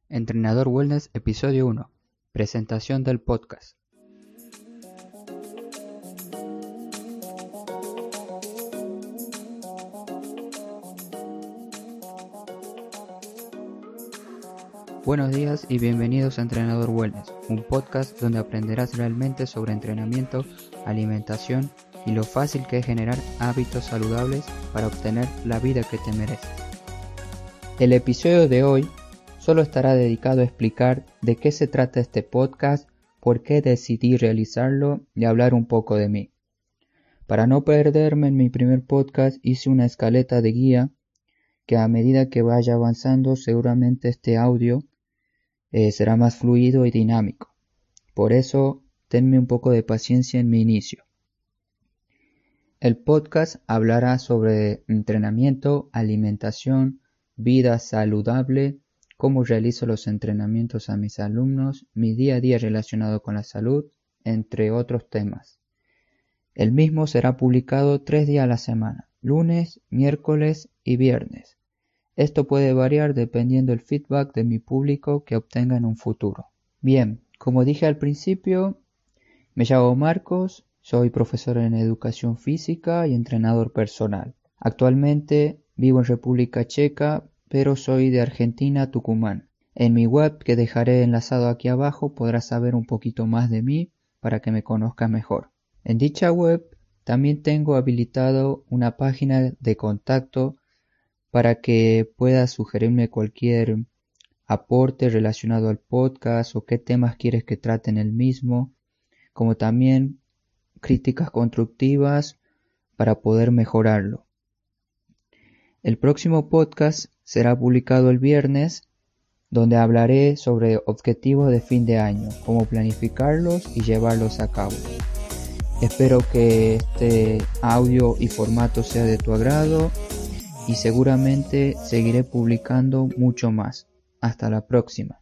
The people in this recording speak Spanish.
Entrenador Wellness, episodio 1. Presentación del podcast. Buenos días y bienvenidos a Entrenador Wellness, un podcast donde aprenderás realmente sobre entrenamiento, alimentación y lo fácil que es generar hábitos saludables para obtener la vida que te mereces. El episodio de hoy solo estará dedicado a explicar de qué se trata este podcast, por qué decidí realizarlo y hablar un poco de mí. Para no perderme en mi primer podcast hice una escaleta de guía que a medida que vaya avanzando seguramente este audio será más fluido y dinámico. Por eso tenme un poco de paciencia en mi inicio. El podcast hablará sobre entrenamiento, alimentación, vida saludable, cómo realizo los entrenamientos a mis alumnos, mi día a día relacionado con la salud, entre otros temas. El mismo será publicado 3 días a la semana, lunes, miércoles y viernes. Esto puede variar dependiendo del feedback de mi público que obtenga en un futuro. Bien, como dije al principio, me llamo Marcos, soy profesor en educación física y entrenador personal. Actualmente vivo en República Checa, pero soy de Argentina, Tucumán. En mi web, que dejaré enlazado aquí abajo, podrás saber un poquito más de mí para que me conozcas mejor. En dicha web también tengo habilitado una página de contacto para que puedas sugerirme cualquier aporte relacionado al podcast o qué temas quieres que trate en el mismo, como también críticas constructivas para poder mejorarlo. El próximo podcast será publicado el viernes, donde hablaré sobre objetivos de fin de año, cómo planificarlos y llevarlos a cabo. Espero que este audio y formato sea de tu agrado y seguramente seguiré publicando mucho más. Hasta la próxima.